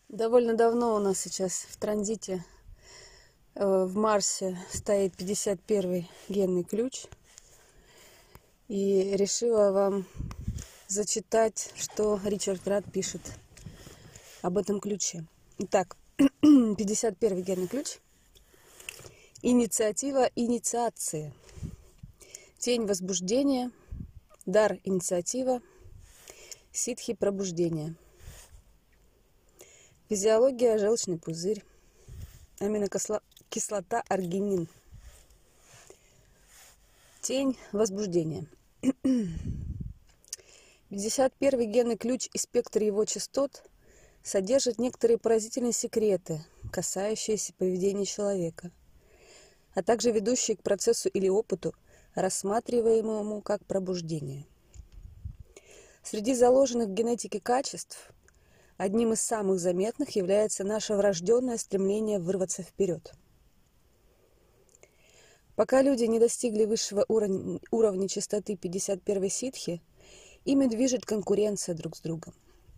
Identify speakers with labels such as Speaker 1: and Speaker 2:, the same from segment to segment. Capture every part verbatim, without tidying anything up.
Speaker 1: Довольно давно у нас сейчас в транзите э, в Марсе стоит пятьдесят первый генный ключ. И решила вам зачитать, что Ричард Рад пишет об этом ключе. Итак, пятьдесят первый генный ключ. Инициатива инициации. Тень возбуждения. Дар инициатива. Ситхи пробуждения. Физиология желчный пузырь. Аминокислота аргинин. Тень возбуждения. пятьдесят первый генный ключ и спектр его частот содержит некоторые поразительные секреты, касающиеся поведения человека, а также ведущие к процессу или опыту, рассматриваемому как пробуждение. Среди заложенных в генетике качеств одним из самых заметных является наше врожденное стремление вырваться вперед. Пока люди не достигли высшего уровня, уровня частоты пятьдесят первой ситхи, ими движет конкуренция друг с другом.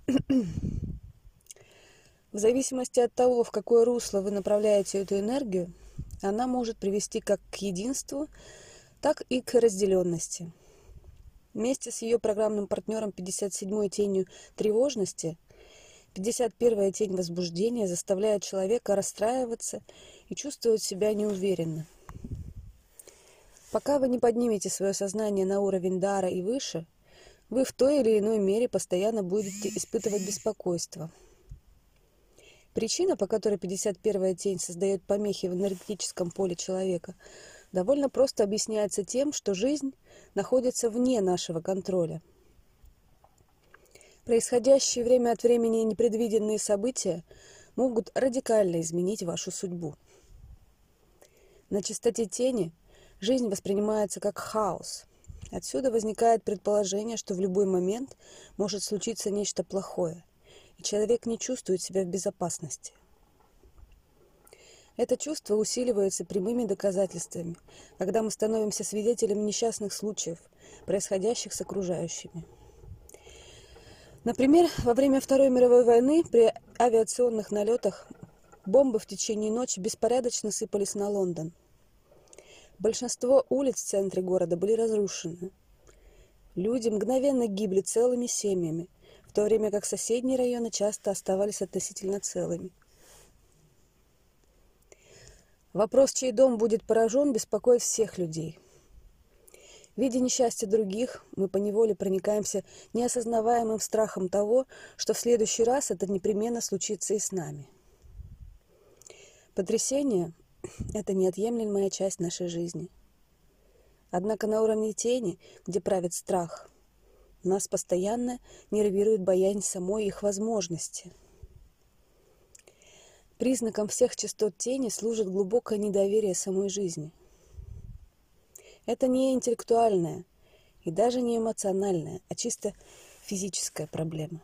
Speaker 1: В зависимости от того, в какое русло вы направляете эту энергию, она может привести как к единству, так и к разделенности. Вместе с ее программным партнером пятьдесят седьмой тенью тревожности, пятьдесят первая тень возбуждения заставляет человека расстраиваться и чувствовать себя неуверенно. Пока вы не поднимете свое сознание на уровень дара и выше, вы в той или иной мере постоянно будете испытывать беспокойство. Причина, по которой пятьдесят первая тень создает помехи в энергетическом поле человека, довольно просто объясняется тем, что жизнь находится вне нашего контроля. Происходящие время от времени непредвиденные события могут радикально изменить вашу судьбу. На частоте тени жизнь воспринимается как хаос. Отсюда возникает предположение, что в любой момент может случиться нечто плохое, и человек не чувствует себя в безопасности. Это чувство усиливается прямыми доказательствами, когда мы становимся свидетелями несчастных случаев, происходящих с окружающими. Например, во время Второй мировой войны при авиационных налетах бомбы в течение ночи беспорядочно сыпались на Лондон. Большинство улиц в центре города были разрушены. Люди мгновенно гибли целыми семьями, в то время как соседние районы часто оставались относительно целыми. Вопрос, чей дом будет поражен, беспокоит всех людей. Видя несчастье других, мы поневоле проникаемся неосознаваемым страхом того, что в следующий раз это непременно случится и с нами. Потрясение – это неотъемлемая часть нашей жизни. Однако на уровне тени, где правит страх, нас постоянно нервирует боязнь самой их возможности. Признаком всех частот тени служит глубокое недоверие самой жизни. Это не интеллектуальная и даже не эмоциональная, а чисто физическая проблема.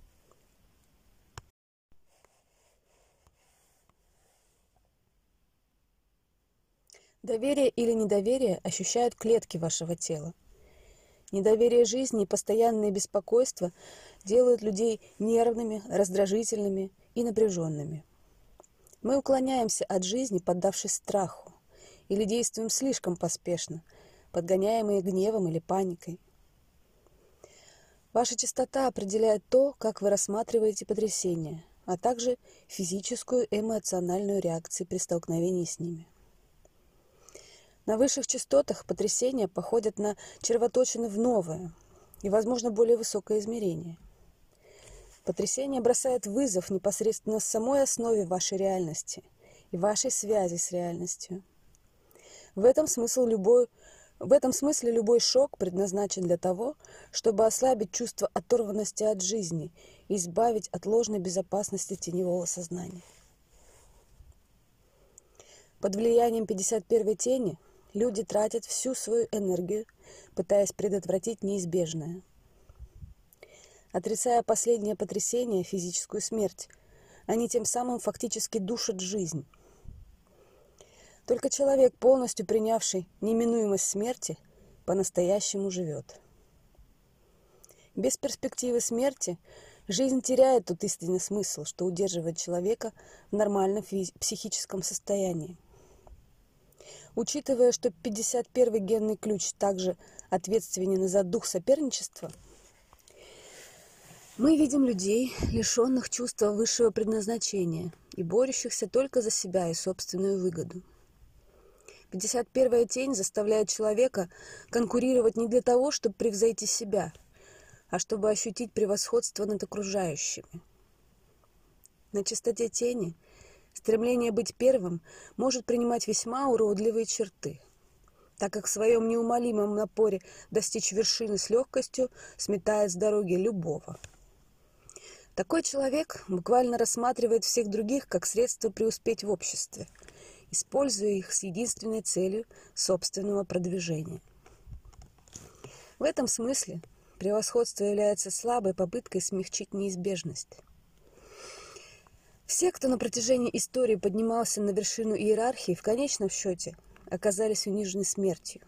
Speaker 1: Доверие или недоверие ощущают клетки вашего тела. Недоверие жизни и постоянное беспокойство делают людей нервными, раздражительными и напряженными. Мы уклоняемся от жизни, поддавшись страху, или действуем слишком поспешно, подгоняемые гневом или паникой. Ваша частота определяет то, как вы рассматриваете потрясения, а также физическую и эмоциональную реакции при столкновении с ними. На высших частотах потрясения походят на червоточины в новое и, возможно, более высокое измерение. Потрясение бросает вызов непосредственно самой основе вашей реальности и вашей связи с реальностью. В этом, смысл любой, в этом смысле любой шок предназначен для того, чтобы ослабить чувство оторванности от жизни и избавить от ложной безопасности теневого сознания. Под влиянием пятьдесят первой тени люди тратят всю свою энергию, пытаясь предотвратить неизбежное. Отрицая последнее потрясение, физическую смерть, они тем самым фактически душат жизнь. Только человек, полностью принявший неминуемость смерти, по-настоящему живет. Без перспективы смерти Жизнь теряет тот истинный смысл, что удерживает человека в нормальном физи- психическом состоянии. Учитывая, что пятьдесят первый генный ключ также ответственен за дух соперничества, мы видим людей, лишенных чувства высшего предназначения и борющихся только за себя и собственную выгоду. пятьдесят первая тень заставляет человека конкурировать не для того, чтобы превзойти себя, а чтобы ощутить превосходство над окружающими. На чистоте тени стремление быть первым может принимать весьма уродливые черты, так как в своем неумолимом напоре достичь вершины с легкостью сметает с дороги любого. Такой человек буквально рассматривает всех других как средство преуспеть в обществе, используя их с единственной целью собственного продвижения. В этом смысле превосходство является слабой попыткой смягчить неизбежность. Все, кто на протяжении истории поднимался на вершину иерархии, в конечном счете оказались унижены смертью.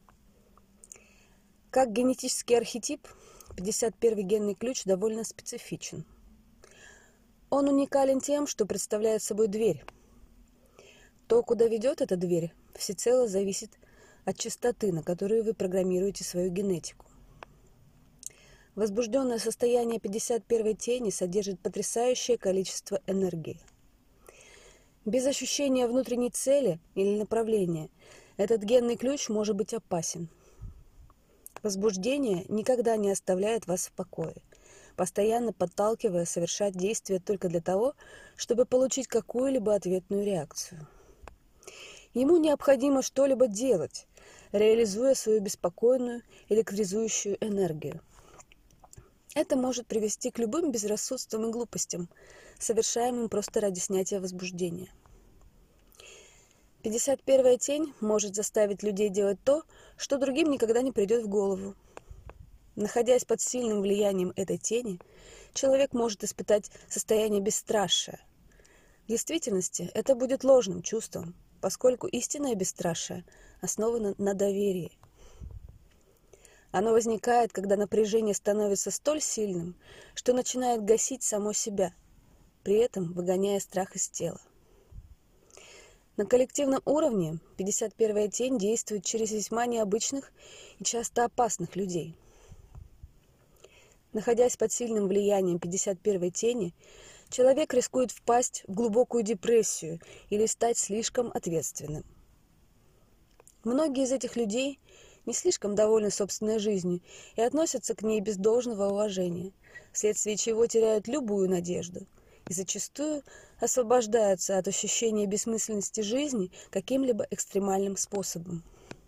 Speaker 1: Как генетический архетип, пятьдесят первый генный ключ довольно специфичен. Он уникален тем, что представляет собой дверь. То, куда ведет эта дверь, всецело зависит от частоты, на которую вы программируете свою генетику. Возбужденное состояние пятьдесят первой тени содержит потрясающее количество энергии. Без ощущения внутренней цели или направления этот генный ключ может быть опасен. Возбуждение никогда не оставляет вас в покое, постоянно подталкивая совершать действия только для того, чтобы получить какую-либо ответную реакцию. Ему необходимо что-либо делать, реализуя свою беспокойную, электризующую энергию. Это может привести к любым безрассудствам и глупостям, совершаемым просто ради снятия возбуждения. пятьдесят первая тень может заставить людей делать то, что другим никогда не придет в голову. Находясь под сильным влиянием этой тени, человек может испытать состояние бесстрашия. В действительности это будет ложным чувством, поскольку истинное бесстрашие основано на доверии. Оно возникает, когда напряжение становится столь сильным, что начинает гасить само себя, при этом выгоняя страх из тела. На коллективном уровне пятьдесят первая тень действует через весьма необычных и часто опасных людей. Находясь под сильным влиянием пятьдесят первой тени, человек рискует впасть в глубокую депрессию или стать слишком ответственным. Многие из этих людей не слишком довольны собственной жизнью и относятся к ней без должного уважения, вследствие чего теряют любую надежду и зачастую освобождаются от ощущения бессмысленности жизни каким-либо экстремальным способом.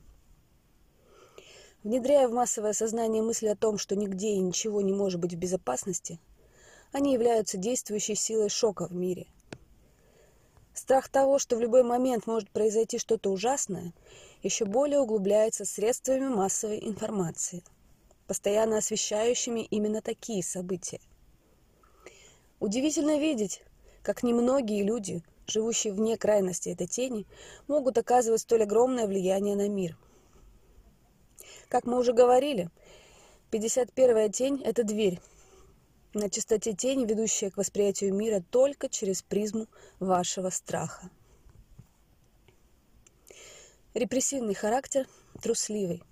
Speaker 1: Внедряя в массовое сознание мысль о том, что нигде и ничего не может быть в безопасности, они являются действующей силой шока в мире. Страх того, что в любой момент может произойти что-то ужасное, еще более углубляется средствами массовой информации, постоянно освещающими именно такие события. Удивительно видеть, как немногие люди, живущие вне крайности этой тени, могут оказывать столь огромное влияние на мир. Как мы уже говорили, пятьдесят первая тень – это дверь на чистоте тени, ведущая к восприятию мира только через призму вашего страха. Репрессивный характер, трусливый.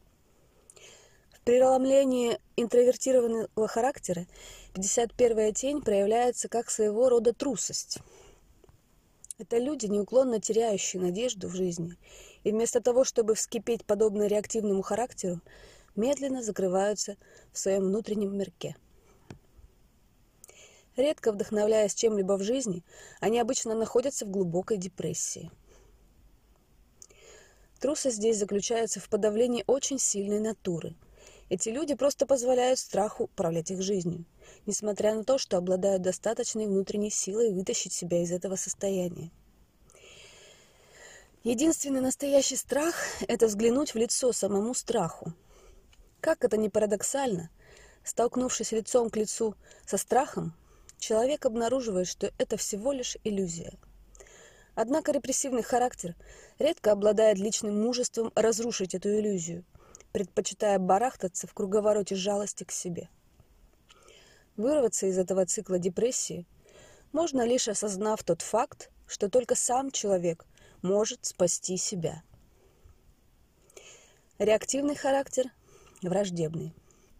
Speaker 1: В преломлении интровертированного характера пятьдесят первая тень проявляется как своего рода трусость. Это люди, неуклонно теряющие надежду в жизни, и вместо того, чтобы вскипеть подобно реактивному характеру, медленно закрываются в своем внутреннем мирке. Редко вдохновляясь чем-либо в жизни, они обычно находятся в глубокой депрессии. Трусость здесь заключается в подавлении очень сильной натуры. Эти люди просто позволяют страху управлять их жизнью, несмотря на то, что обладают достаточной внутренней силой вытащить себя из этого состояния. Единственный настоящий страх – это взглянуть в лицо самому страху. Как это ни парадоксально, столкнувшись лицом к лицу со страхом, человек обнаруживает, что это всего лишь иллюзия. Однако репрессивный характер редко обладает личным мужеством разрушить эту иллюзию, предпочитая барахтаться в круговороте жалости к себе. Вырваться из этого цикла депрессии можно лишь осознав тот факт, что только сам человек может спасти себя. Реактивный характер – враждебный.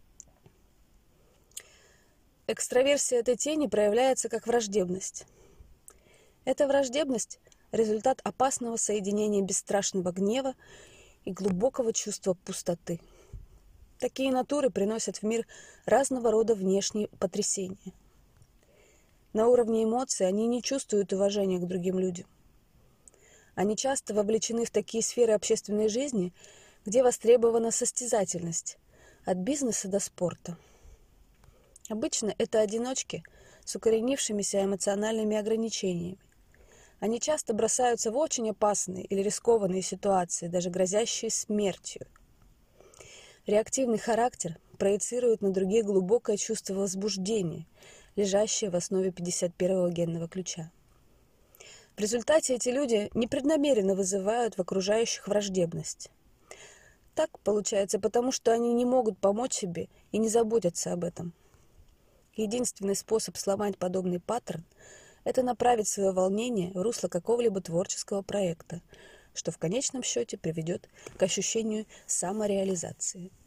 Speaker 1: Экстраверсия этой тени проявляется как враждебность. Эта враждебность – результат опасного соединения бесстрашного гнева и глубокого чувства пустоты. Такие натуры приносят в мир разного рода внешние потрясения. На уровне эмоций они не чувствуют уважения к другим людям. Они часто вовлечены в такие сферы общественной жизни, где востребована состязательность, от бизнеса до спорта. Обычно это одиночки с укоренившимися эмоциональными ограничениями. Они часто бросаются в очень опасные или рискованные ситуации, даже грозящие смертью. Реактивный характер проецирует на других глубокое чувство возбуждения, лежащее в основе пятьдесят первого генного ключа. В результате эти люди непреднамеренно вызывают в окружающих враждебность. Так получается потому, что они не могут помочь себе и не заботятся об этом. Единственный способ сломать подобный паттерн – это направить свое волнение в русло какого-либо творческого проекта, что в конечном счете приведет к ощущению самореализации.